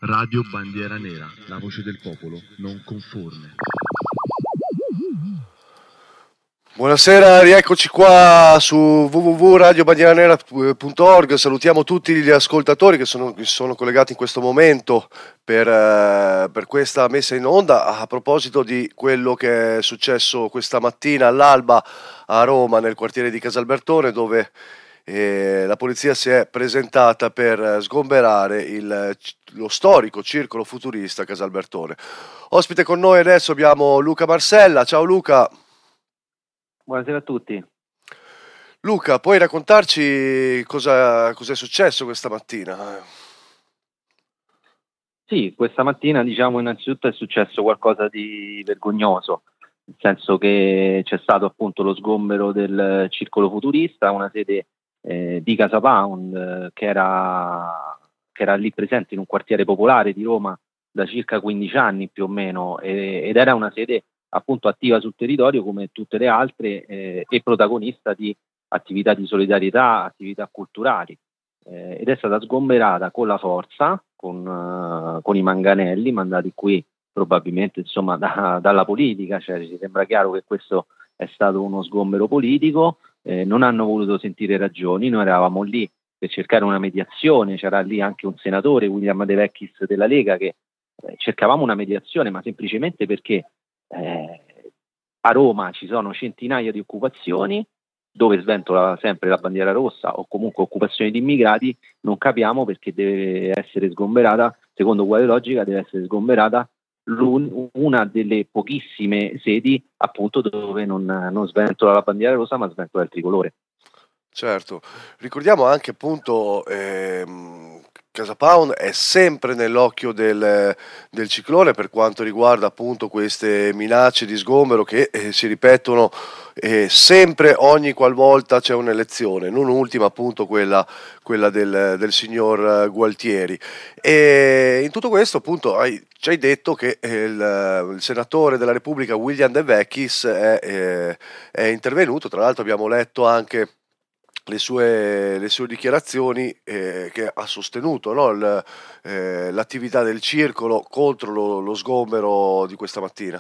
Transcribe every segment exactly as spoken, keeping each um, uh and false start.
Radio Bandiera Nera, la voce del popolo non conforme. Buonasera, rieccoci qua su w w w punto radio bandiera nera punto org. Salutiamo tutti gli ascoltatori che sono, che sono collegati in questo momento per, eh, per questa messa in onda. A proposito di quello che è successo questa mattina all'alba a Roma, nel quartiere di Casalbertone, dove eh, la polizia si è presentata per sgomberare il, lo storico circolo futurista Casalbertone. Ospite con noi adesso abbiamo Luca Marsella. Ciao Luca. Buonasera a tutti. Luca, puoi raccontarci cosa è successo questa mattina? Sì, questa mattina diciamo innanzitutto è successo qualcosa di vergognoso, nel senso che c'è stato appunto lo sgombero del Circolo Futurista, una sede eh, di Casa Pound eh, che, era, che era lì presente in un quartiere popolare di Roma da circa quindici anni più o meno, e, ed era una sede appunto attiva sul territorio come tutte le altre eh, e protagonista di attività di solidarietà, attività culturali, eh, ed è stata sgomberata con la forza, con, uh, con i manganelli mandati qui probabilmente insomma da, dalla politica, cioè ci sembra chiaro che questo è stato uno sgombero politico, eh, non hanno voluto sentire ragioni, noi eravamo lì per cercare una mediazione, c'era lì anche un senatore, William De Vecchis della Lega, che eh, cercavamo una mediazione, ma semplicemente perché eh, a Roma ci sono centinaia di occupazioni dove sventola sempre la bandiera rossa o comunque occupazioni di immigrati, non capiamo perché deve essere sgomberata, secondo quale logica deve essere sgomberata una delle pochissime sedi appunto dove non, non sventola la bandiera rossa ma sventola il tricolore. Certo, ricordiamo anche appunto ehm, Casa Pound è sempre nell'occhio del, del ciclone per quanto riguarda appunto queste minacce di sgombero che eh, si ripetono eh, sempre ogni qualvolta c'è un'elezione, non ultima appunto quella, quella del, del signor Gualtieri. E in tutto questo appunto hai, ci hai detto che il, il senatore della Repubblica William De Vecchis è, è, è intervenuto, tra l'altro abbiamo letto anche Le sue, le sue dichiarazioni eh, che ha sostenuto, no? Il, eh, l'attività del circolo contro lo, lo sgombero di questa mattina.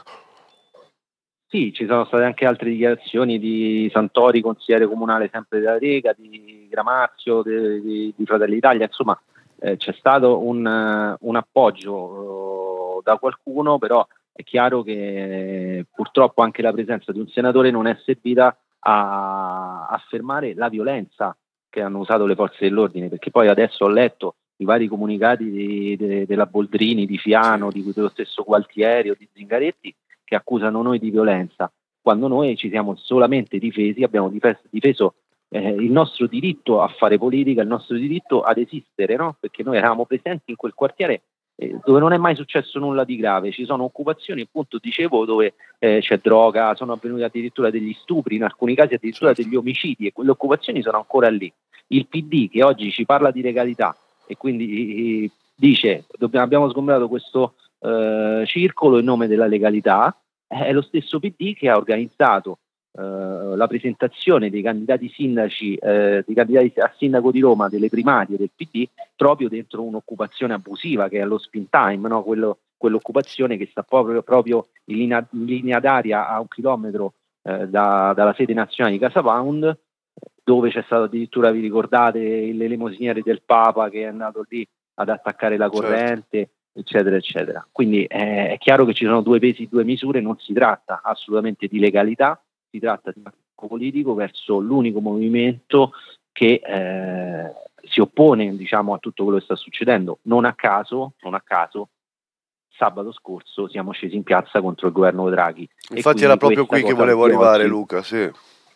Sì, ci sono state anche altre dichiarazioni di Santori, consigliere comunale sempre della Lega, di Gramazio, di, di, di Fratelli d'Italia, insomma eh, c'è stato un, uh, un appoggio uh, da qualcuno, però è chiaro che eh, purtroppo anche la presenza di un senatore non è servita a, a fermare la violenza che hanno usato le forze dell'ordine, perché poi adesso ho letto i vari comunicati di, de, della Boldrini, di Fiano, sì, di dello stesso Gualtieri o di Zingaretti, che accusano noi di violenza, quando noi ci siamo solamente difesi, abbiamo difeso, difeso eh, il nostro diritto a fare politica, il nostro diritto ad esistere, no? Perché noi eravamo presenti in quel quartiere eh, dove non è mai successo nulla di grave, ci sono occupazioni, appunto dicevo, dove eh, c'è droga, sono avvenuti addirittura degli stupri, in alcuni casi addirittura certo. degli omicidi, e quelle occupazioni sono ancora lì. Il P D che oggi ci parla di legalità e quindi eh, dice dobbiamo, abbiamo sgombrato questo eh, circolo in nome della legalità, è lo stesso P D che ha organizzato eh, la presentazione dei candidati sindaci, eh, dei candidati a sindaco di Roma delle primarie del P D proprio dentro un'occupazione abusiva che è lo spin time, no? Quello, quell'occupazione che sta proprio, proprio in, linea, in linea d'aria a un chilometro eh, da, dalla sede nazionale di Casa Pound, dove c'è stato addirittura, vi ricordate, l'elemosiniere del Papa che è andato lì ad attaccare la corrente, certo. eccetera eccetera. Quindi eh, è chiaro che ci sono due pesi, due misure, non si tratta assolutamente di legalità, si tratta di un attacco politico verso l'unico movimento che eh, si oppone, diciamo, a tutto quello che sta succedendo. Non a caso, non a caso sabato scorso siamo scesi in piazza contro il governo Draghi. Infatti era proprio qui che volevo arrivare, oggi, Luca, sì.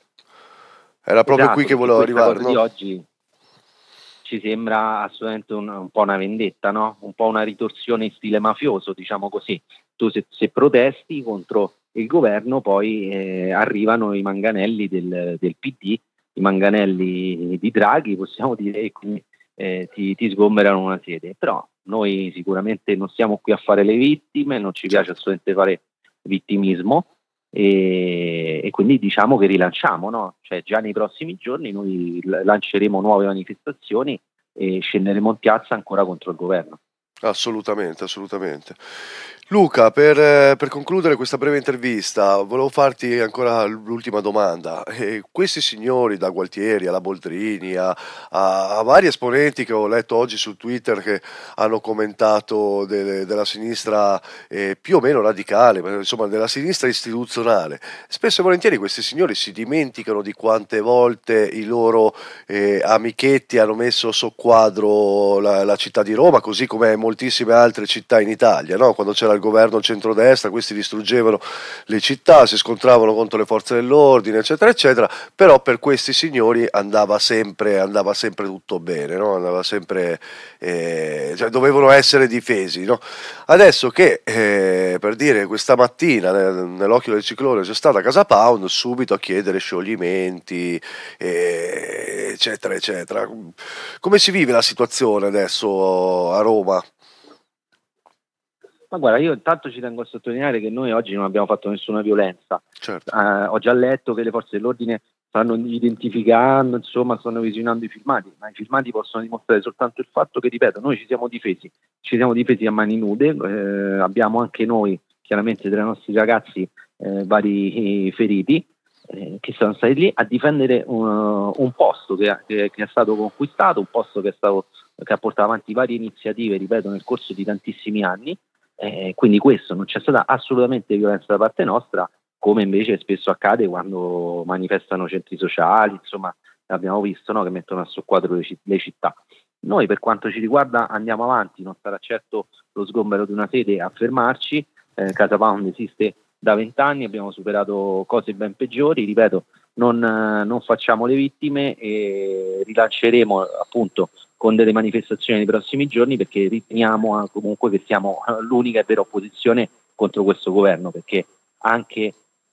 Era proprio esatto, qui che volevo arrivare, no? Di oggi ci sembra assolutamente un, un po' una vendetta, no? Un po' una ritorsione in stile mafioso, diciamo così. Tu se, se protesti contro il governo, poi eh, arrivano i manganelli del, del P D, i manganelli di Draghi, possiamo dire, e quindi eh, ti, ti sgomberano una sede. Però noi sicuramente non siamo qui a fare le vittime, non ci piace assolutamente fare vittimismo. E, e quindi diciamo che rilanciamo, no? Cioè già nei prossimi giorni noi lanceremo nuove manifestazioni e scenderemo in piazza ancora contro il governo. Assolutamente, assolutamente. Luca, per, eh, per concludere questa breve intervista, volevo farti ancora l'ultima domanda. Eh, questi signori, da Gualtieri alla Boldrini, a, a- a vari esponenti che ho letto oggi su Twitter che hanno commentato delle- della sinistra eh, più o meno radicale, ma insomma della sinistra istituzionale, spesso e volentieri questi signori si dimenticano di quante volte i loro eh, amichetti hanno messo soqquadro la, la città di Roma, così come moltissime altre città in Italia, no? Quando c'era il governo centrodestra, questi distruggevano le città, si scontravano contro le forze dell'ordine, eccetera, eccetera, però per questi signori andava sempre, andava sempre tutto bene, no? Andava sempre, eh, cioè dovevano essere difesi, no? Adesso che, eh, per dire, questa mattina nel- nell'occhio del ciclone c'è stata Casa Pound, subito a chiedere scioglimenti, eh, eccetera, eccetera. Come si vive la situazione adesso a Roma? Ma guarda, io intanto ci tengo a sottolineare che noi oggi non abbiamo fatto nessuna violenza. Certo. Eh, ho già letto che le forze dell'ordine stanno identificando, insomma, stanno visionando i filmati, ma i filmati possono dimostrare soltanto il fatto che, ripeto, noi ci siamo difesi, ci siamo difesi a mani nude, eh, abbiamo anche noi, chiaramente, tra i nostri ragazzi, eh, vari eh, feriti, eh, che sono stati lì a difendere un, un posto che, che, che è stato conquistato, un posto che, è stato, che ha portato avanti varie iniziative, ripeto, nel corso di tantissimi anni. Eh, quindi questo, non c'è stata assolutamente violenza da parte nostra, come invece spesso accade quando manifestano centri sociali, insomma abbiamo visto, no, che mettono a soqquadro le, citt- le città. Noi per quanto ci riguarda andiamo avanti, non sarà certo lo sgombero di una sede a fermarci, eh, Casa Pound esiste da vent'anni, abbiamo superato cose ben peggiori, ripeto, non, eh, non facciamo le vittime e rilanceremo appunto con delle manifestazioni nei prossimi giorni, perché riteniamo eh, comunque che siamo eh, l'unica e vera opposizione contro questo governo, perché anche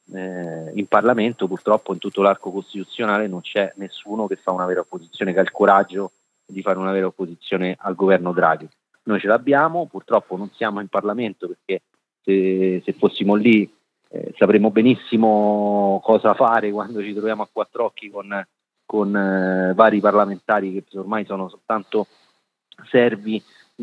eh, in Parlamento purtroppo in tutto l'arco costituzionale non c'è nessuno che fa una vera opposizione, che ha il coraggio di fare una vera opposizione al governo Draghi. Noi ce l'abbiamo, purtroppo non siamo in Parlamento, perché se, se fossimo lì eh, sapremo benissimo cosa fare quando ci troviamo a quattro occhi con con eh, vari parlamentari che ormai sono soltanto servi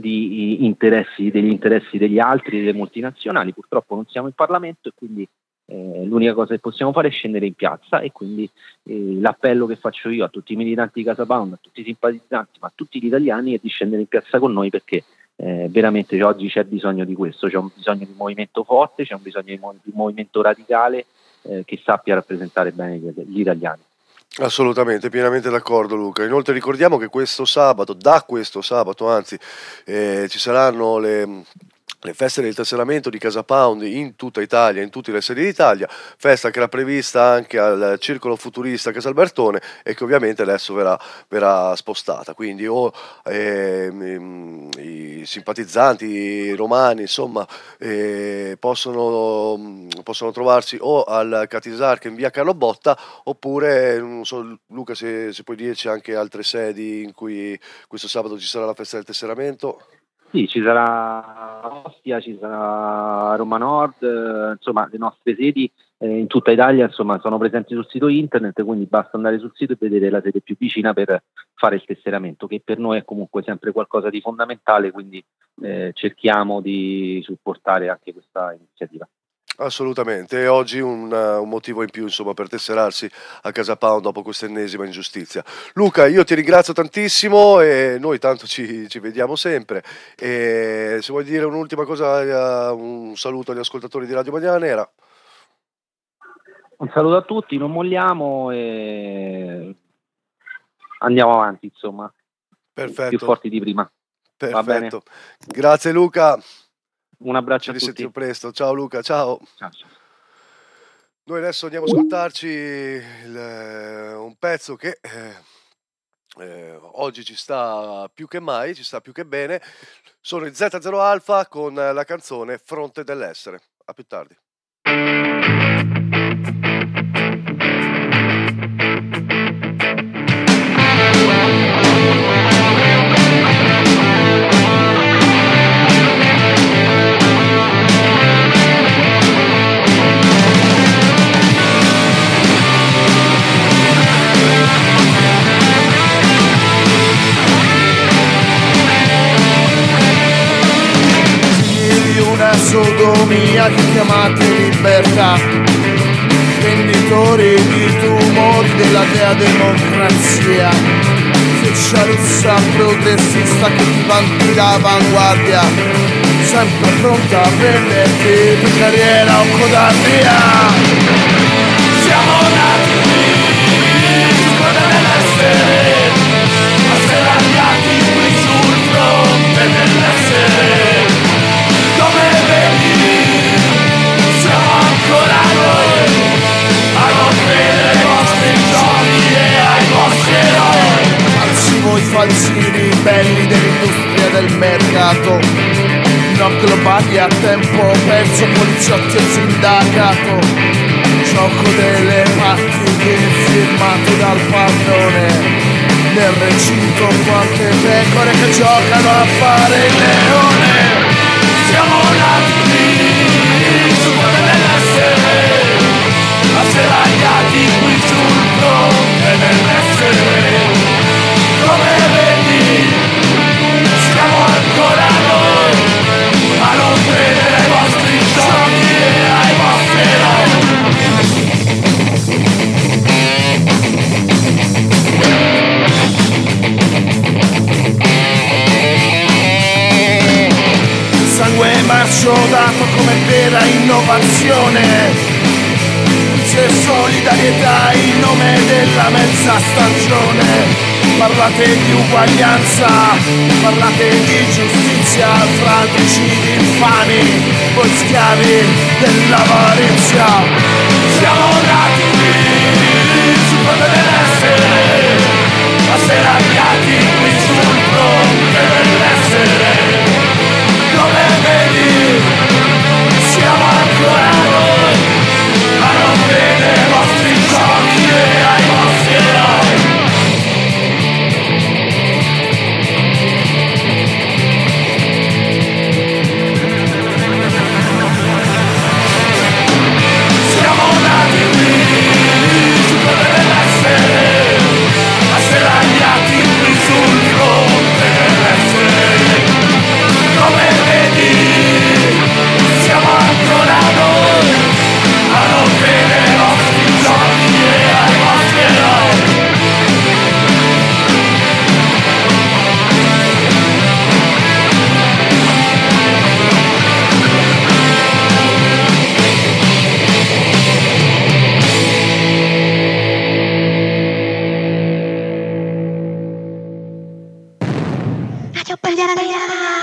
di interessi, degli interessi degli altri, delle multinazionali. Purtroppo non siamo in Parlamento e quindi eh, l'unica cosa che possiamo fare è scendere in piazza, e quindi eh, l'appello che faccio io a tutti i militanti di Casa Pound, a tutti i simpatizzanti, ma a tutti gli italiani, è di scendere in piazza con noi, perché eh, veramente oggi c'è bisogno di questo, c'è un bisogno di un movimento forte, c'è un bisogno di, mo- di un movimento radicale eh, che sappia rappresentare bene gli, gli italiani. Assolutamente, pienamente d'accordo Luca. Inoltre ricordiamo che questo sabato, da questo sabato anzi, eh, ci saranno le, le feste del tesseramento di Casa Pound in tutta Italia, in tutte le sedi d'Italia, festa che era prevista anche al Circolo Futurista Casalbertone e che ovviamente adesso verrà, verrà spostata. Quindi o ehm, i simpatizzanti romani, insomma, eh, possono, possono trovarsi o al Catisarca in via Carlo Botta, oppure, non so Luca se, se puoi dirci anche altre sedi in cui questo sabato ci sarà la festa del tesseramento. Sì, ci sarà Ostia, ci sarà Roma Nord, eh, insomma le nostre sedi eh, in tutta Italia insomma sono presenti sul sito internet, quindi basta andare sul sito e vedere la sede più vicina per fare il tesseramento, che per noi è comunque sempre qualcosa di fondamentale, quindi eh, cerchiamo di supportare anche questa iniziativa. Assolutamente, e oggi un, un motivo in più insomma per tesserarsi a Casa Pound dopo questa ennesima ingiustizia. Luca, io ti ringrazio tantissimo e noi tanto ci, ci vediamo sempre, e se vuoi dire un'ultima cosa, un saluto agli ascoltatori di Radio Bandiera Nera. Un saluto a tutti, non molliamo e andiamo avanti, insomma. Perfetto. Più forti di prima. Perfetto. Va bene. Grazie Luca. Un abbraccio ci a tutti. risentiamo presto. Ciao Luca, ciao. Ciao, ciao. Noi adesso andiamo a ascoltarci il, un pezzo che eh, eh, oggi ci sta più che mai, ci sta più che bene. Sono i zeta zero Alpha con la canzone Fronte dell'Essere. A più tardi. sodomia che chiamate libertà, venditori di tumori della dea democrazia, fecciarezza progressista che ti vanti d'avanguardia, sempre pronta a prenderti per carriera o codardia. Siamo nati qui, scuola dell'essere, ma serrati qui sul fronte dell'essere. Come vedi, siamo ancora noi, a non credere ai vostri giochi e ai vostri eroi. Falsi voi, falsi ribelli dell'industria del mercato, no globali a tempo perso, poliziotti e sindacato, gioco delle partite firmato dal padrone, nel recinto quante pecore che giocano a fare il leone. Siamo nati qui, su quelle dell'essere, asserragliati qui sul fronte dell'essere. Come vedi, siamo ancora noi, a non credere ai vostri giochi e ai vostri eroi. Sangue marciodato come vera innovazione, c'è solidarietà in nome della mezza stagione. Parlate di uguaglianza, parlate di giustizia, fratricidi infami, voi schiavi dell'avarizia. Siamo nati qui, su fronte dell'essere, asserragliati qui sul fronte dell'essere. Come vedi, siamo ancora noi, a non vedere ai vostri giochi e ai vostri eroi. Siamo nati qui, su fronte dell'essere, asserragliati qui sul fronte dell'essere. Come vedi, siamo ancora noi, a non vedere ai vostri giochi e ai vostri eroi. Radio Bandiera Nera.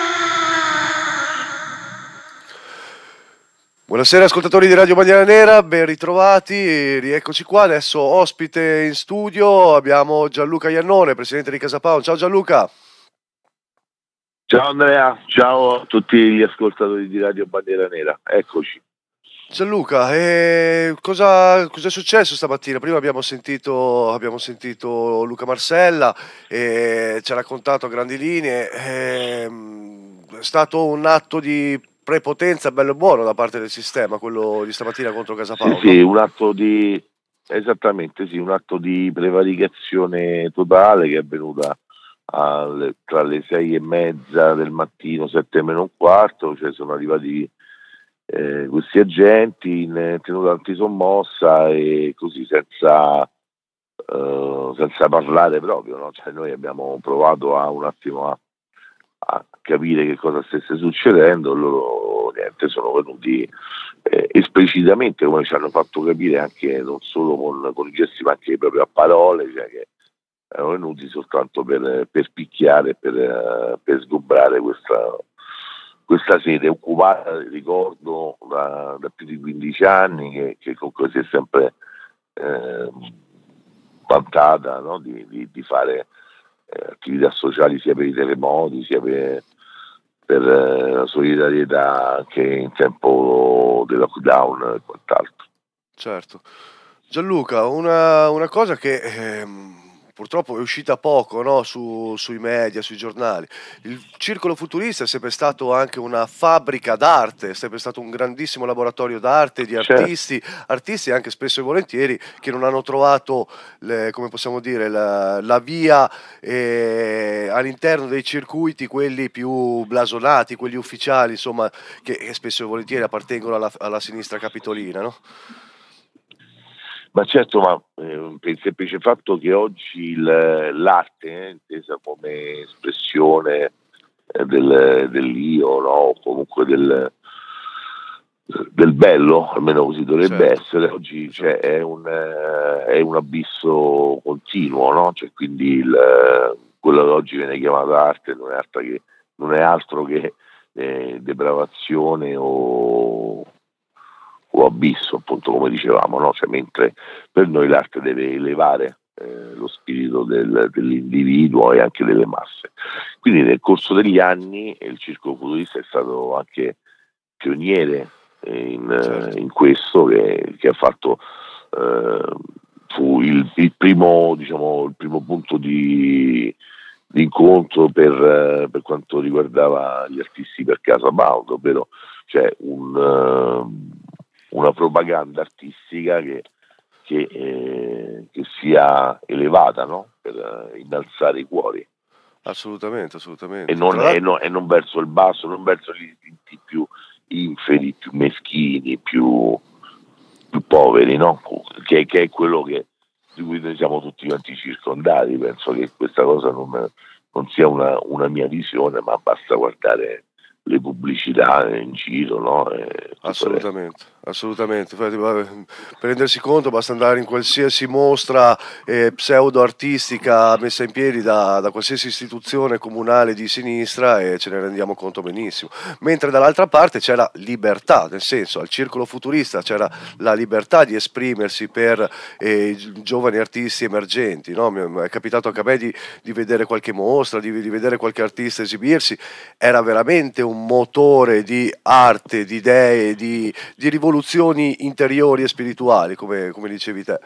Buonasera ascoltatori di Radio Bandiera Nera, ben ritrovati, rieccoci qua, adesso ospite in studio abbiamo Gianluca Iannone, presidente di Casa Pound. Ciao Gianluca. Ciao Andrea, ciao a tutti gli ascoltatori di Radio Bandiera Nera, eccoci. Gianluca, eh, cosa, cosa è successo stamattina? Prima abbiamo sentito, abbiamo sentito Luca Marsella, e ci ha raccontato a grandi linee, eh, è stato un atto di prepotenza bello e buono da parte del sistema, quello di stamattina contro Casa Pound. Sì, sì, un atto di, esattamente sì, un atto di prevaricazione totale che è avvenuta alle, tra le sei e mezza del mattino, sette meno un quarto, cioè sono arrivati Eh, questi agenti in tenuta antisommossa e così senza, eh, senza parlare proprio, no? Cioè noi abbiamo provato a un attimo a, a capire che cosa stesse succedendo, loro niente, sono venuti eh, esplicitamente, come ci hanno fatto capire anche non solo con, con i gesti ma anche proprio a parole, cioè che erano venuti soltanto per, per picchiare, per, per sgombrare questa questa sede occupata, ricordo, da, da più di quindici anni, che, che comunque si è sempre eh, vantata, no? di, di, di fare eh, attività sociali sia per i terremoti, sia per, per eh, la solidarietà anche in tempo del lockdown e quant'altro. Certo. Gianluca, una, una cosa che ehm, purtroppo è uscita poco, no? Su, sui media, sui giornali. Il Circolo Futurista è sempre stato anche una fabbrica d'arte, è sempre stato un grandissimo laboratorio d'arte, di Certo. artisti, artisti anche spesso e volentieri che non hanno trovato, le- come possiamo dire, la, la via eh, all'interno dei circuiti, quelli più blasonati, quelli ufficiali, insomma, che, che spesso e volentieri appartengono alla, alla sinistra capitolina, no? Ma certo, ma eh, per il semplice fatto che oggi il- l'arte, eh, intesa come espressione eh, del, dell'io, no? O comunque del, del bello, almeno così dovrebbe Certo, essere, oggi cioè, esatto. è, un, eh, è un abisso continuo, no? Cioè, quindi il, eh, quello che oggi viene chiamato arte non è altro che, non è altro che eh, depravazione o, o abisso, appunto, come dicevamo, no? Cioè, mentre per noi l'arte deve elevare eh, lo spirito del- dell'individuo e anche delle masse. Quindi nel corso degli anni eh, il Circolo Futurista è stato anche pioniere eh, in, eh, Certo. in questo, che, che ha fatto eh, fu il, il primo, diciamo, il primo punto di, di incontro per, eh, per quanto riguardava gli artisti per Casa Bound, ovvero cioè un, eh, una propaganda artistica che, che, eh, che sia elevata, no? Per eh, innalzare i cuori Assolutamente, e assolutamente. non, Tra e, l'altro, no- e non verso il basso, non verso gli istinti più inferi, più meschini, più, più poveri, no? Che, che è quello che, di cui noi siamo tutti quanti circondati. Penso che questa cosa non, non sia una, una mia visione, ma basta guardare le pubblicità in giro, no? E tutto il resto. assolutamente, assolutamente. Infatti, vabbè, per rendersi conto basta andare in qualsiasi mostra eh, pseudo-artistica messa in piedi da, da qualsiasi istituzione comunale di sinistra e ce ne rendiamo conto benissimo. Mentre dall'altra parte c'era libertà, nel senso, al Circolo Futurista c'era la libertà di esprimersi per eh, i gi- giovani artisti emergenti, no? Mi mi è capitato anche a me di, di vedere qualche mostra, di, di vedere qualche artista esibirsi, era veramente un motore di arte, di idee, di, di rivoluzioni interiori e spirituali, come, come dicevi te.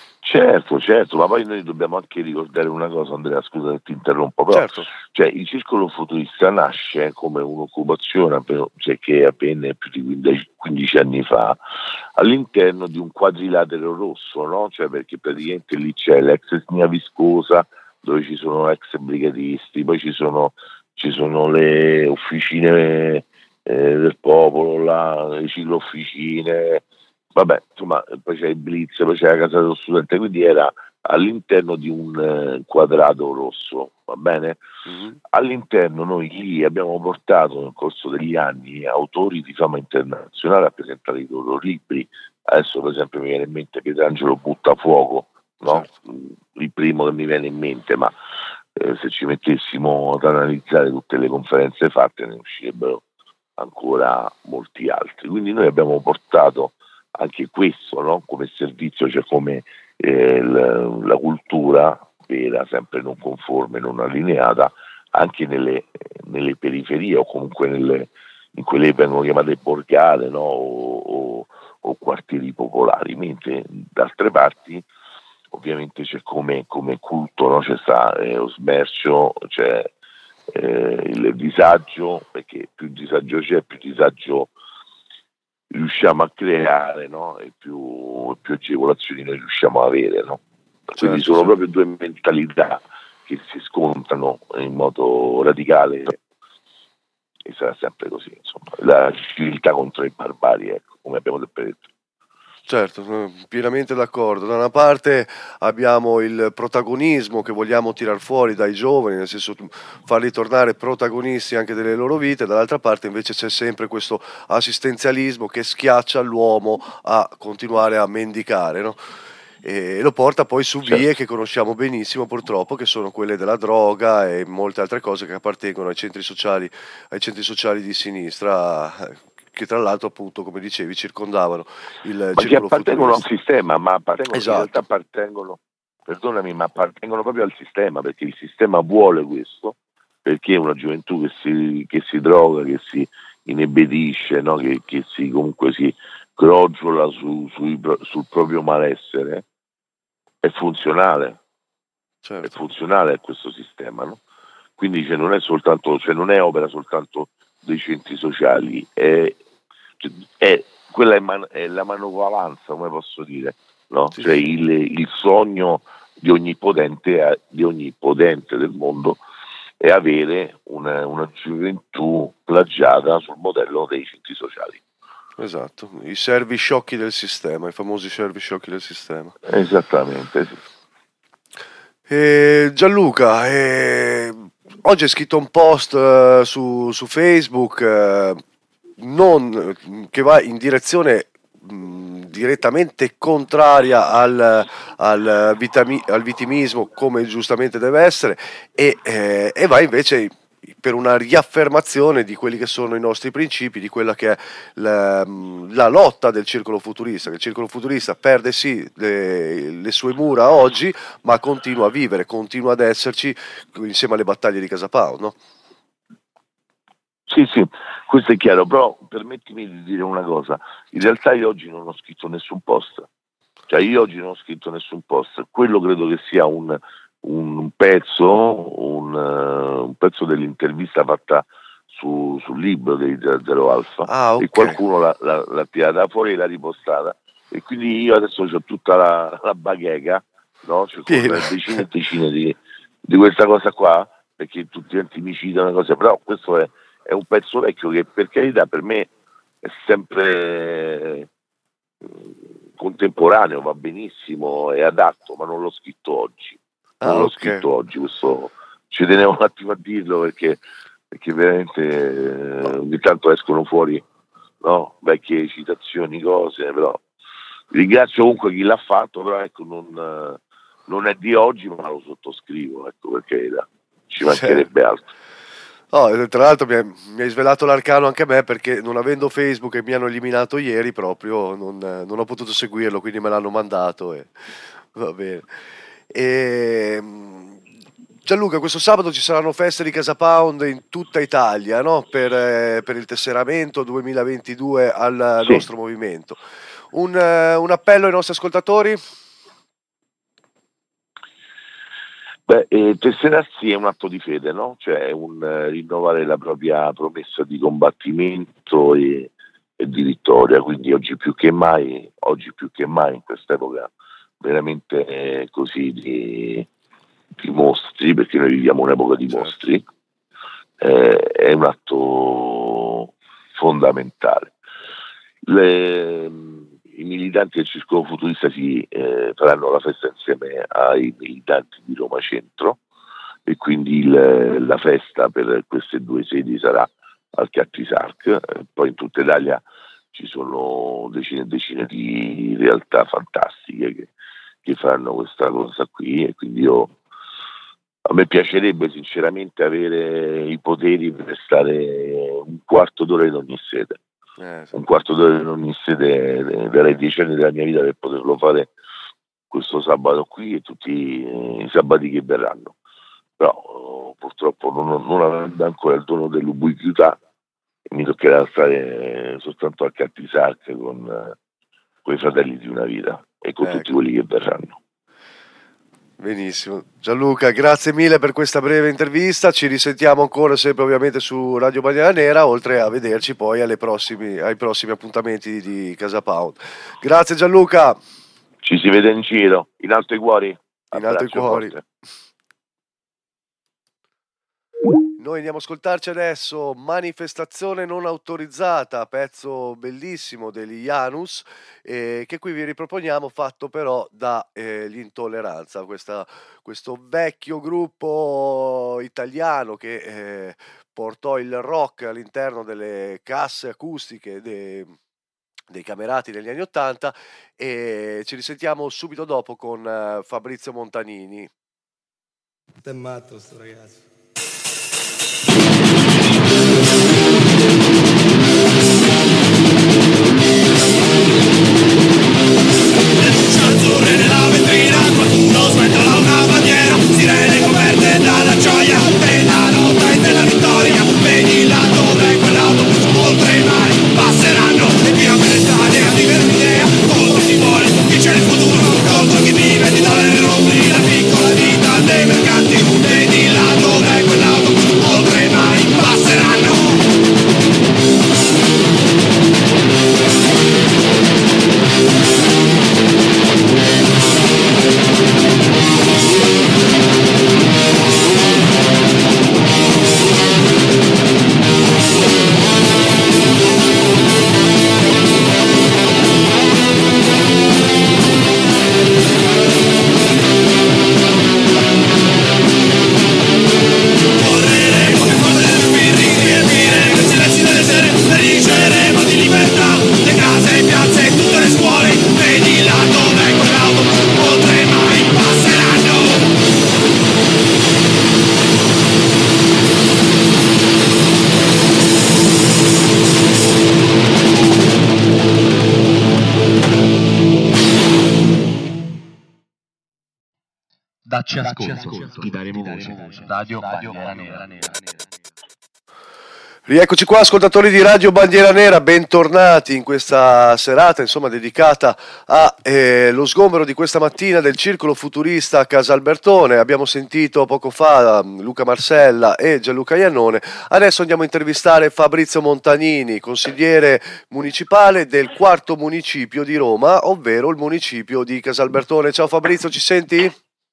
Certo, certo, ma poi noi dobbiamo anche ricordare una cosa, Andrea, scusa se ti interrompo, però Certo, cioè, il Circolo Futurista nasce come un'occupazione appena- cioè, che avvenne più di quindici, quindici anni fa all'interno di un quadrilatero rosso, no? Cioè, perché praticamente lì c'è l'ex Snia Viscosa, dove ci sono ex brigatisti, poi ci sono, ci sono le officine eh, del popolo, là, le ciclofficine. Vabbè, insomma, poi c'è il Blitz, poi c'è la casa dello studente, quindi era all'interno di un eh, quadrato rosso, va bene? mhm, All'interno noi lì abbiamo portato nel corso degli anni autori di fama internazionale a presentare i loro libri. Adesso per esempio mi viene in mente Pietrangelo Buttafuoco, no? certo, Il primo che mi viene in mente, ma eh, se ci mettessimo ad analizzare tutte le conferenze fatte ne uscirebbero ancora molti altri. Quindi noi abbiamo portato anche questo, no? Come servizio, cioè come eh, l- la cultura vera, sempre non conforme, non allineata, anche nelle, nelle periferie o comunque nelle, in quelle che vengono chiamate borgate, no? o, o- o quartieri popolari, mentre da altre parti ovviamente c'è come, come culto, no? C'è sta eh, lo smercio, c'è eh, il disagio, perché più disagio c'è, più disagio riusciamo a creare, no? E più, più agevolazioni noi riusciamo a avere, no? Quindi certo, sono certo. proprio due mentalità che si scontrano in modo radicale e sarà sempre così, insomma, la civiltà contro le barbarie, ecco, come abbiamo sempre detto. Certo, sono pienamente d'accordo. Da una parte abbiamo il protagonismo che vogliamo tirar fuori dai giovani, nel senso farli tornare protagonisti anche delle loro vite, dall'altra parte invece c'è sempre questo assistenzialismo che schiaccia l'uomo a continuare a mendicare, no? E lo porta poi su vie Certo. che conosciamo benissimo purtroppo, che sono quelle della droga e molte altre cose che appartengono ai centri sociali, ai centri sociali di sinistra, eh, che tra l'altro appunto, come dicevi, circondavano il Ma che circolo appartengono a un futurista. sistema, ma appartengono, in realtà Esatto, appartengono, perdonami, ma appartengono proprio al sistema, perché il sistema vuole questo, perché è una gioventù che si, che si droga, che si inebedisce, no? che, che si comunque si crogiola su, sui pro- sul proprio malessere, è funzionale. certo. è funzionale a questo sistema, no? Quindi cioè, non è soltanto, cioè, non è opera soltanto dei centri sociali, è, cioè, è quella è, man, è la manovalanza, come posso dire, no? Sì, Cioè sì. il, il sogno di ogni potente, di ogni potente del mondo è avere una, una gioventù plagiata sul modello dei centri sociali. Esatto, i servi sciocchi del sistema, i famosi servi sciocchi del sistema. Esattamente, sì. Eh, Gianluca, eh, oggi hai scritto un post eh, su, su Facebook eh, non, che va in direzione mh, direttamente contraria al, al, vitami- al vittimismo, come giustamente deve essere, e, eh, e va invece per una riaffermazione di quelli che sono i nostri principi, di quella che è la, la lotta del circolo futurista, che il circolo futurista perde sì le, le sue mura oggi, ma continua a vivere, continua ad esserci insieme alle battaglie di Casa Pound, no? Sì, sì, questo è chiaro, però permettimi di dire una cosa, in realtà io oggi non ho scritto nessun post, cioè io oggi non ho scritto nessun post, quello credo che sia un, un pezzo, un, uh, un pezzo dell'intervista fatta su, sul libro di Zero Alfa, ah, okay. E qualcuno l'ha, l'ha, l'ha tirata fuori e l'ha ripostata, e quindi io adesso ho tutta la, la baghega, no? Cioè, con decine e decine di, di questa cosa qua, perché tutti quanti mi citano cose, però questo è è un pezzo vecchio che per carità per me è sempre eh, contemporaneo, va benissimo, è adatto, ma non l'ho scritto oggi. Non ah, l'ho okay. scritto oggi, questo ci tenevo un attimo a dirlo perché, perché veramente eh, ogni tanto escono fuori, no? Vecchie citazioni, cose, però ringrazio comunque chi l'ha fatto, però ecco non, non è di oggi, ma lo sottoscrivo, ecco, perché ci mancherebbe altro. Oh, tra l'altro mi hai, mi hai svelato l'arcano anche a me, perché non avendo Facebook e mi hanno eliminato ieri proprio non, non ho potuto seguirlo, quindi me l'hanno mandato e va bene. E, Gianluca, questo sabato ci saranno feste di Casa Pound in tutta Italia, no? per, eh, per il tesseramento duemilaventidue al Sì. nostro movimento. Un, un appello ai nostri ascoltatori? Beh, eh, tesserarsi è un atto di fede, no? Cioè è un eh, rinnovare la propria promessa di combattimento e, e di vittoria, quindi oggi più che mai, oggi più che mai in quest'epoca veramente eh, così di, di mostri, perché noi viviamo un'epoca di certo. mostri, eh, è un atto fondamentale. Le, I militanti del circolo futurista si eh, faranno la festa insieme ai militanti di Roma Centro, e quindi il, la festa per queste due sedi sarà al Cattisarc. Eh, poi in tutta Italia ci sono decine e decine di realtà fantastiche che, che faranno questa cosa qui, e quindi io, a me piacerebbe sinceramente avere i poteri per stare un quarto d'ora in ogni sede. Eh, sì. Un quarto d'ora in ogni sede, darei dieci anni della mia vita per poterlo fare questo sabato qui e tutti i sabati che verranno, però purtroppo non, non avendo ancora il dono dell'ubiquità mi toccherà stare soltanto a Cattisarc con, con i fratelli di una vita e con ecco. tutti quelli che verranno. Benissimo, Gianluca, grazie mille per questa breve intervista, ci risentiamo ancora sempre ovviamente su Radio Bandiera Nera, oltre a vederci poi alle prossimi, ai prossimi appuntamenti di Casa Pound. Grazie Gianluca. Ci si vede in giro, in alto i cuori. In alto i cuori. Forte. Noi andiamo a ascoltarci adesso Manifestazione non autorizzata, pezzo bellissimo degli Janus, eh, che qui vi riproponiamo, fatto però da eh, l'Intolleranza, questa, questo vecchio gruppo italiano che eh, portò il rock all'interno delle casse acustiche dei, dei camerati negli anni Ottanta, e ci risentiamo subito dopo con eh, Fabrizio Montanini. È matto sto ragazzo. Azzurre nella vetrina, qualcuno sventola una bandiera, sirene coperte dalla gioia, della lotta e della vittoria. Vedi là dove quell'autobus oltre i mari passeranno, e via per l'Italia a vivere un'idea. Contro chi vuole, chi c'è il futuro, contro chi vive di dare rompi la piccola vita. Dacci ascolto, ti daremo voce. Radio Bandiera Nera. Rieccoci qua, ascoltatori di Radio Bandiera Nera, bentornati in questa serata, insomma, dedicata allo sgombero di questa mattina del Circolo Futurista a Casalbertone. Abbiamo sentito poco fa Luca Marsella e Gianluca Iannone. Adesso andiamo a intervistare Fabrizio Montanini, consigliere municipale del quarto municipio di Roma, ovvero il municipio di Casalbertone. Ciao Fabrizio, ci senti?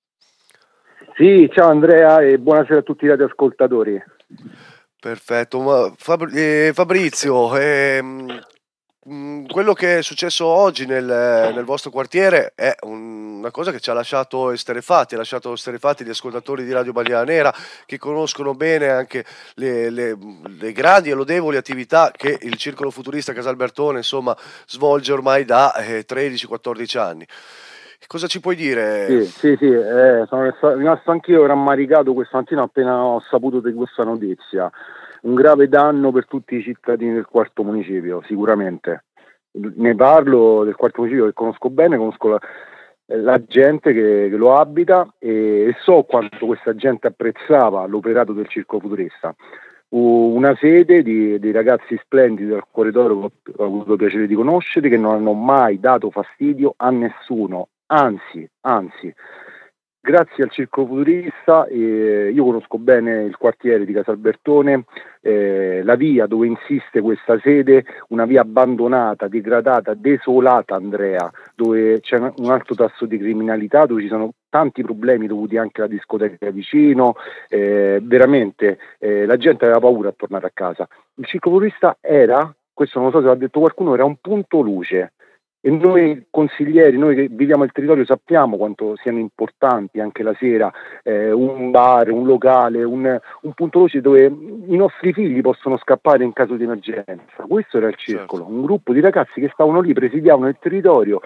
Sì, ciao Andrea e buonasera a tutti i radioascoltatori. Perfetto, ma Fabri- eh, Fabrizio, ehm, mh, quello che è successo oggi nel, nel vostro quartiere è un- una cosa che ci ha lasciato esterrefatti, ha lasciato esterrefatti gli ascoltatori di Radio Bandiera Nera che conoscono bene anche le, le- le grandi e lodevoli attività che il Circolo Futurista Casalbertone, insomma, svolge ormai da eh, tredici quattordici anni. Cosa ci puoi dire? Sì, sì, sì, eh, sono resta- rimasto anch'io rammaricato questa mattina appena ho saputo di questa notizia. Un grave danno per tutti i cittadini del quarto municipio, sicuramente. Ne parlo del quarto municipio che conosco bene, conosco la, la gente che, che lo abita e, e so quanto questa gente apprezzava l'operato del Circolo Futurista. Una sede di, di ragazzi splendidi del cuore d'oro che ho avuto il piacere di conoscere, che non hanno mai dato fastidio a nessuno, anzi, anzi, grazie al Circolo Futurista eh, io conosco bene il quartiere di Casalbertone, eh, la via dove insiste questa sede, una via abbandonata, degradata, desolata, Andrea, dove c'è un alto tasso di criminalità, dove ci sono tanti problemi dovuti anche alla discoteca vicino, eh, veramente eh, la gente aveva paura a tornare a casa. Il Circolo Futurista era, questo non so se l'ha detto qualcuno, era un punto luce. E noi consiglieri, noi che viviamo il territorio, sappiamo quanto siano importanti anche la sera eh, un bar, un locale, un, un punto luce dove i nostri figli possono scappare in caso di emergenza. Questo era il circolo, certo. Un gruppo di ragazzi che stavano lì, presidiavano il territorio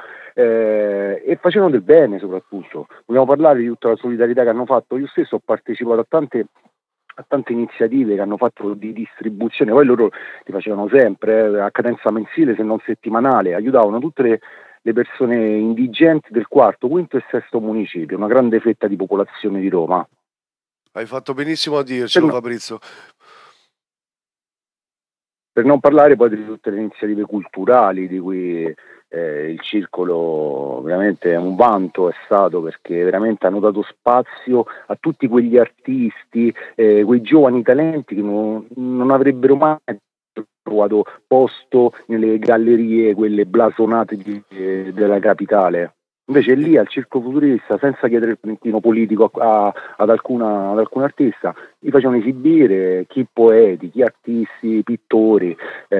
eh, e facevano del bene soprattutto. Vogliamo parlare di tutta la solidarietà che hanno fatto. Io stesso ho partecipato a tante a tante iniziative che hanno fatto di distribuzione, poi loro li facevano sempre eh, a cadenza mensile se non settimanale, aiutavano tutte le, le persone indigenti del quarto, quinto e sesto municipio, una grande fetta di popolazione di Roma. Hai fatto benissimo a dircelo, per no, Fabrizio. Per non parlare poi di tutte le iniziative culturali di cui eh, il circolo veramente è un vanto è stato, perché veramente hanno dato spazio a tutti quegli artisti, eh, quei giovani talenti che non, non avrebbero mai trovato posto nelle gallerie, quelle blasonate di, eh, della capitale. Invece lì al Circolo Futurista, senza chiedere il pentino politico a, a, ad, alcuna, ad alcun artista, li facevano esibire chi poeti, chi artisti, pittori,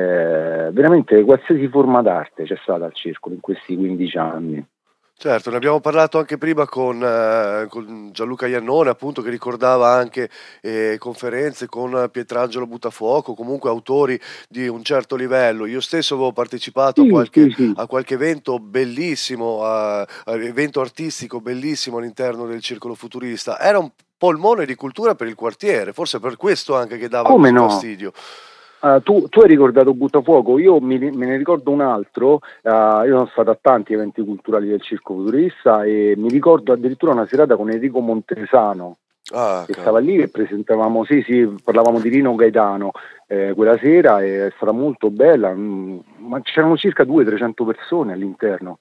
eh, veramente qualsiasi forma d'arte c'è stata al Circolo in questi quindici anni. Certo, ne abbiamo parlato anche prima con, eh, con Gianluca Iannone, appunto, che ricordava anche eh, conferenze con Pietrangelo Buttafuoco, comunque autori di un certo livello. Io stesso avevo partecipato sì, a, qualche, sì, sì. a qualche evento bellissimo, a, a evento artistico bellissimo all'interno del Circolo Futurista. Era un polmone di cultura per il quartiere, forse per questo anche che dava Come così no? fastidio. Uh, tu, tu hai ricordato Buttafuoco, io mi, me ne ricordo un altro, uh, io sono stato a tanti eventi culturali del Circolo Futurista e mi ricordo addirittura una serata con Enrico Montesano, ah, che stava lì e presentavamo, sì sì, parlavamo di Rino Gaetano eh, quella sera, e è stata molto bella, mh, ma c'erano circa duecento trecento persone all'interno,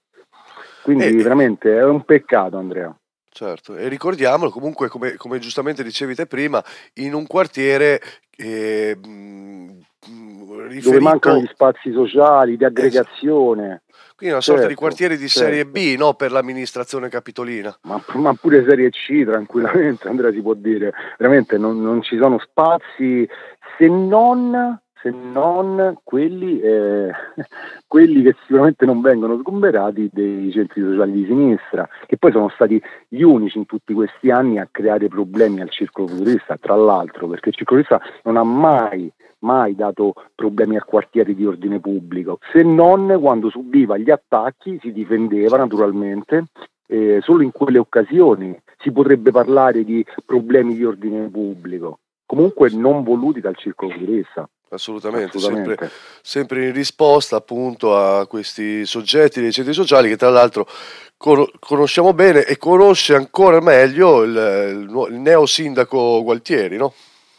quindi eh, veramente è un peccato, Andrea. Certo, e ricordiamolo comunque, come, come giustamente dicevi te prima, in un quartiere eh, mh, riferito... dove mancano gli spazi sociali, di aggregazione. Esatto. Quindi una sorta certo, di quartiere di certo. serie B, no, per l'amministrazione capitolina. Ma, ma pure serie C, tranquillamente, Andrea, si può dire. Veramente non, non ci sono spazi, se non... se non quelli, eh, quelli che sicuramente non vengono sgomberati dei centri sociali di sinistra, che poi sono stati gli unici in tutti questi anni a creare problemi al Circolo Futurista, tra l'altro, perché il Circolo Futurista non ha mai, mai dato problemi al quartiere di ordine pubblico, se non quando subiva gli attacchi si difendeva naturalmente, eh, solo in quelle occasioni si potrebbe parlare di problemi di ordine pubblico, comunque non voluti dal Circolo Futurista. Assolutamente, assolutamente. sempre, sempre in risposta appunto a questi soggetti dei centri sociali che tra l'altro con- conosciamo bene e conosce ancora meglio il, il nuo- il neo sindaco Gualtieri, no?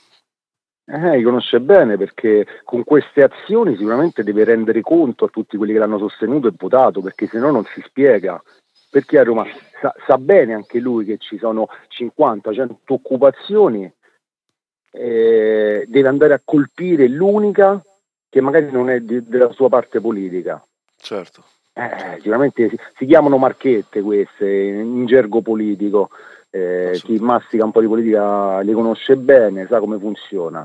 Eh, li conosce bene perché con queste azioni sicuramente deve rendere conto a tutti quelli che l'hanno sostenuto e votato, perché se no non si spiega. Perché a Roma sa, sa bene anche lui che ci sono cinquanta cento occupazioni, eh, deve andare a colpire l'unica che magari non è di- della sua parte politica. Certo. Eh, sicuramente si, si chiamano marchette queste in gergo politico. Eh, chi mastica un po' di politica le conosce bene, sa come funziona.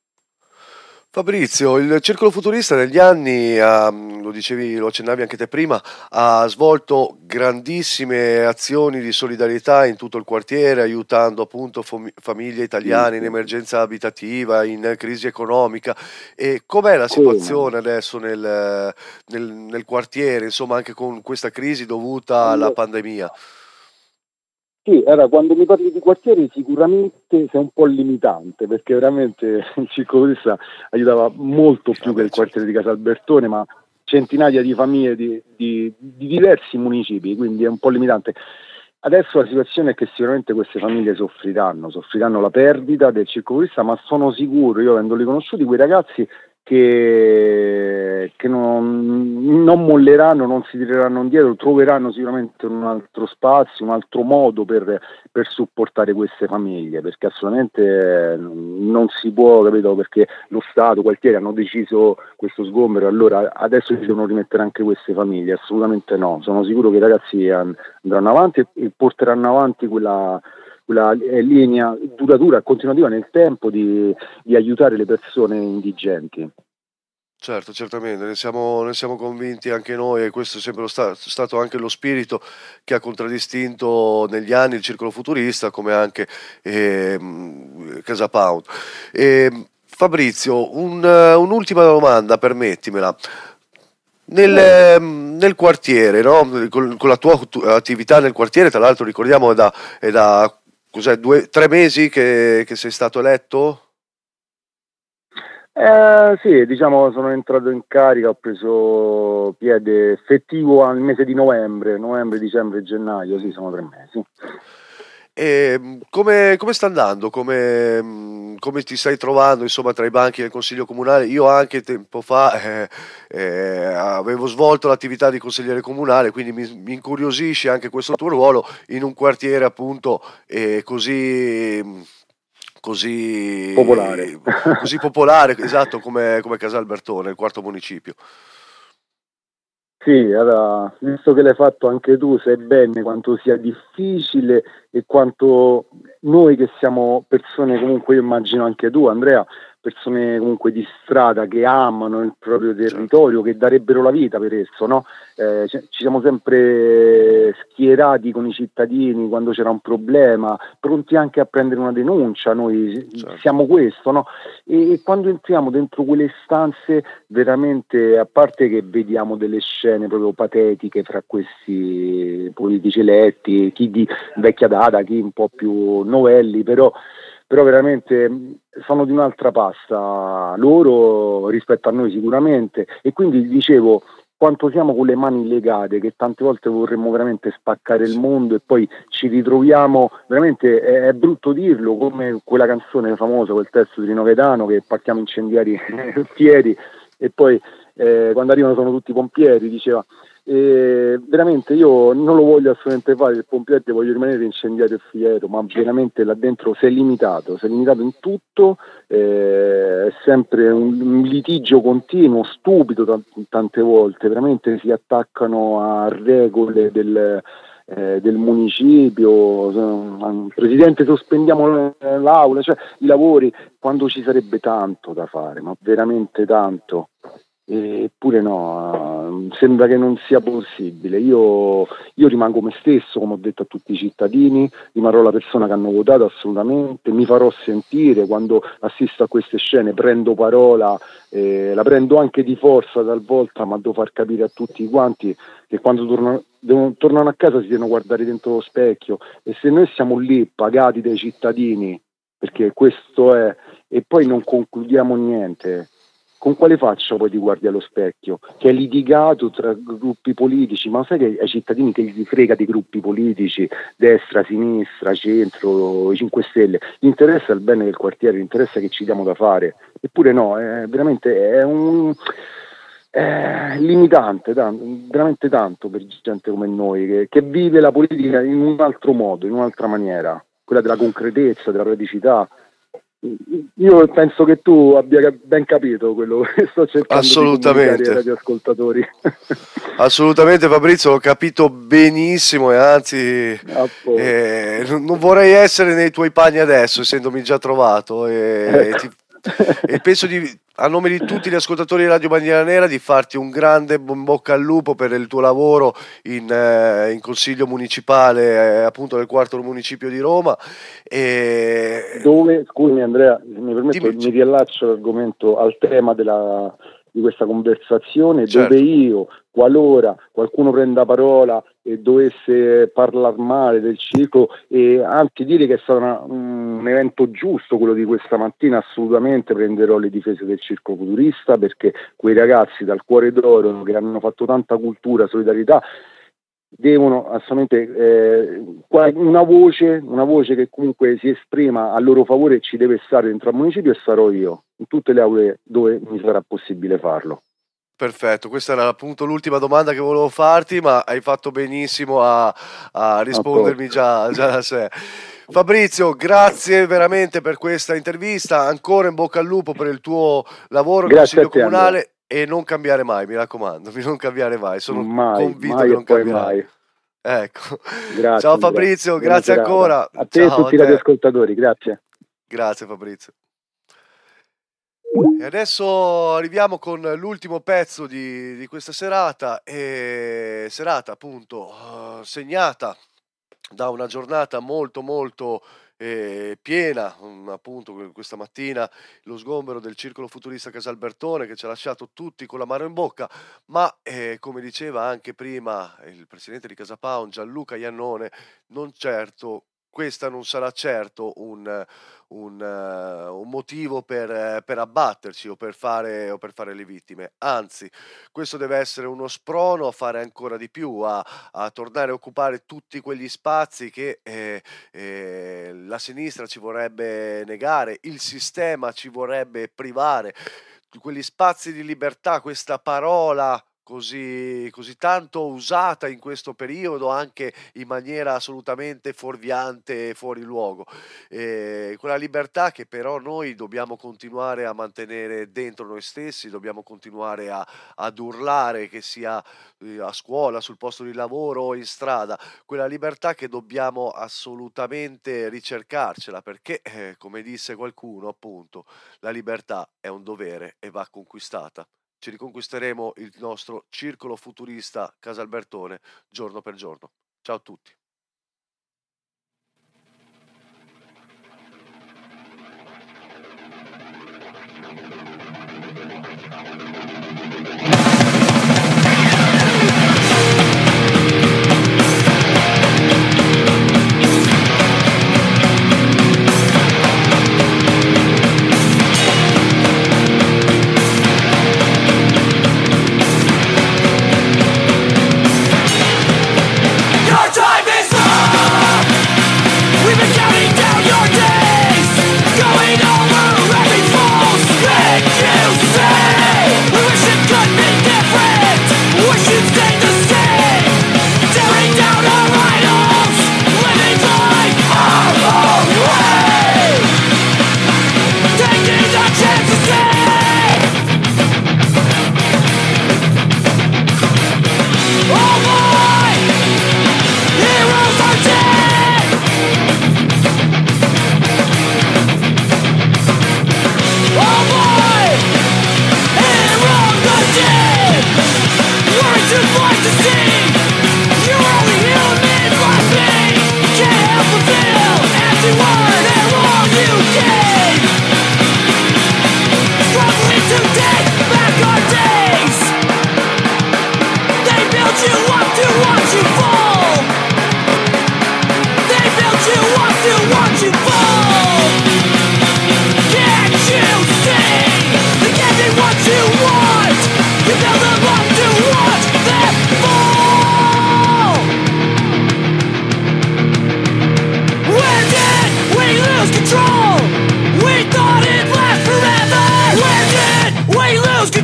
Fabrizio, il Circolo Futurista negli anni, ha, lo dicevi, lo accennavi anche te prima, ha svolto grandissime azioni di solidarietà in tutto il quartiere, aiutando appunto fam- famiglie italiane in emergenza abitativa, in crisi economica. E com'è la situazione adesso nel, nel, nel quartiere, insomma, anche con questa crisi dovuta alla pandemia? Sì, allora, quando mi parli di quartieri sicuramente sei un po' limitante, perché veramente il Circolo Futurista aiutava molto più che il quartiere di Casalbertone, ma centinaia di famiglie di, di, di diversi municipi, quindi è un po' limitante. Adesso la situazione è che sicuramente queste famiglie soffriranno, soffriranno la perdita del Circolo Futurista, ma sono sicuro, io avendoli conosciuti, quei ragazzi che, che non, non molleranno, non si tireranno indietro, troveranno sicuramente un altro spazio, un altro modo per, per supportare queste famiglie, perché assolutamente non si può, capito, perché lo Stato, quartieri hanno deciso questo sgombero, allora adesso si devono rimettere anche queste famiglie, assolutamente no, sono sicuro che i ragazzi andranno avanti e porteranno avanti quella quella linea duratura, continuativa nel tempo di, di aiutare le persone indigenti. Certo, certamente, ne siamo, ne siamo convinti anche noi e questo è sempre lo sta- stato anche lo spirito che ha contraddistinto negli anni il Circolo Futurista come anche ehm, Casa Pound. E, Fabrizio, un, un'ultima domanda, permettimela. Nel, ehm, nel quartiere, no? Con, con la tua attu- attività nel quartiere, tra l'altro ricordiamo è da, è da cos'è, due, tre mesi che, che sei stato eletto? Eh, sì, diciamo sono entrato in carica, ho preso piede effettivo al mese di novembre, novembre, dicembre, gennaio, sì, sono tre mesi. E come, come sta andando? Come, come ti stai trovando insomma tra i banchi del Consiglio Comunale? Io anche tempo fa eh, eh, avevo svolto l'attività di consigliere comunale, quindi mi, mi incuriosisce anche questo tuo ruolo in un quartiere appunto eh, così, Popolare. così, così popolare, esatto, come, come Casalbertone, il quarto municipio. Sì, allora, visto che l'hai fatto anche tu, sai bene quanto sia difficile e quanto noi che siamo persone, comunque io immagino anche tu, Andrea, persone comunque di strada che amano il proprio territorio, che darebbero la vita per esso, no? Eh, ci ci siamo sempre schierati con i cittadini quando c'era un problema, pronti anche a prendere una denuncia, noi siamo questo, no? E, e quando entriamo dentro quelle stanze veramente, a parte che vediamo delle scene proprio patetiche fra questi politici eletti, chi di vecchia data, chi un po' più novelli, però, però veramente sono di un'altra pasta loro rispetto a noi sicuramente, e quindi dicevo quanto siamo con le mani legate, che tante volte vorremmo veramente spaccare il mondo e poi ci ritroviamo, veramente è, è brutto dirlo, come quella canzone famosa, quel testo di Rino Gaetano, che partiamo incendiari fieri e poi eh, quando arrivano sono tutti pompieri, diceva. E veramente io non lo voglio assolutamente fare il pompiere, voglio rimanere incendiario e fiero, ma veramente là dentro sei limitato, sei limitato in tutto, eh, è sempre un, un litigio continuo, stupido t- tante volte, veramente si attaccano a regole del, eh, del municipio, eh, Presidente sospendiamo l'aula, cioè i lavori, quando ci sarebbe tanto da fare, ma veramente tanto. Eppure no, sembra che non sia possibile. Io, io rimango me stesso, come ho detto a tutti i cittadini, rimarrò la persona che hanno votato assolutamente, mi farò sentire quando assisto a queste scene, prendo parola, eh, la prendo anche di forza talvolta, ma devo far capire a tutti quanti che quando tornano, devono, tornano a casa si devono guardare dentro lo specchio, e se noi siamo lì pagati dai cittadini, perché questo è, e poi non concludiamo niente, con quale faccia poi ti guardi allo specchio? Che è litigato tra gruppi politici, ma sai che ai cittadini che gli frega di gruppi politici, destra, sinistra, centro, i cinque Stelle, gli interessa il bene del quartiere, gli interessa che ci diamo da fare, eppure no, è veramente è un è limitante, tanto, veramente tanto per gente come noi, che, che vive la politica in un altro modo, in un'altra maniera, quella della concretezza, della praticità. Io penso che tu abbia ben capito quello che sto cercando di comunicare ai radioascoltatori. Assolutamente Fabrizio, ho capito benissimo e anzi eh, non vorrei essere nei tuoi panni adesso, essendomi già trovato e, ecco. ti, e penso di, a nome di tutti gli ascoltatori di Radio Bandiera Nera, di farti un grande in bocca al lupo per il tuo lavoro in, eh, in consiglio municipale, eh, appunto nel quarto municipio di Roma. E... Dove, scusami Andrea, se mi permetto, Dimmi. mi riallaccio all'argomento, al tema della, di questa conversazione, certo. Dove io, qualora qualcuno prenda parola e dovesse parlare male del circo, e anche dire che è stato una, un evento giusto quello di questa mattina, assolutamente prenderò le difese del circo futurista, perché quei ragazzi dal cuore d'oro che hanno fatto tanta cultura, solidarietà, devono assolutamente eh, una voce, una voce che comunque si esprima a loro favore ci deve stare dentro al municipio, e sarò io in tutte le aule dove mi sarà possibile farlo. Perfetto, questa era appunto l'ultima domanda che volevo farti, ma hai fatto benissimo a, a rispondermi già, già da sé. Fabrizio, grazie veramente per questa intervista, ancora in bocca al lupo per il tuo lavoro in Consiglio Comunale. Andrea. E non cambiare mai, mi raccomando, non cambiare mai, sono mai, convinto mai che non cambierai. Mai. Ecco. Grazie, ciao Fabrizio, grazie, grazie ancora. A te e a tutti gli ascoltatori, grazie. Grazie Fabrizio. E adesso arriviamo con l'ultimo pezzo di, di questa serata, e serata appunto uh, segnata da una giornata molto molto eh, piena, um, appunto questa mattina lo sgombero del Circolo Futurista Casalbertone che ci ha lasciato tutti con l'amaro in bocca, ma eh, come diceva anche prima il presidente di Casa Pound, Gianluca Iannone, non certo questa non sarà certo un, un, uh, un motivo per, uh, per abbatterci o per, fare, o per fare le vittime, anzi questo deve essere uno sprono a fare ancora di più, a, a tornare a occupare tutti quegli spazi che eh, eh, la sinistra ci vorrebbe negare, il sistema ci vorrebbe privare, quegli spazi di libertà, questa parola Così, così tanto usata in questo periodo anche in maniera assolutamente fuorviante e fuori luogo, eh, quella libertà che però noi dobbiamo continuare a mantenere dentro noi stessi, dobbiamo continuare a, ad urlare, che sia eh, a scuola, sul posto di lavoro o in strada, quella libertà che dobbiamo assolutamente ricercarcela, perché eh, come disse qualcuno appunto, la libertà è un dovere e va conquistata. Ci riconquisteremo il nostro circolo futurista Casalbertone giorno per giorno. Ciao a tutti. You're driving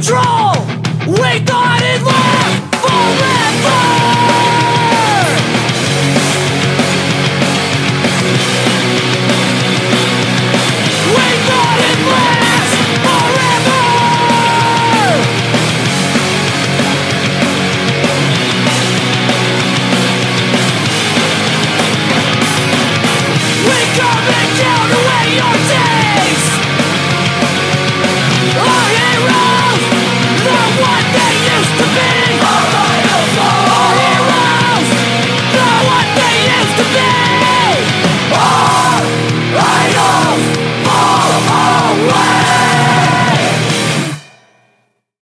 control. We thought it lasted forever. We thought it lasted forever. We coming down the way you're dead.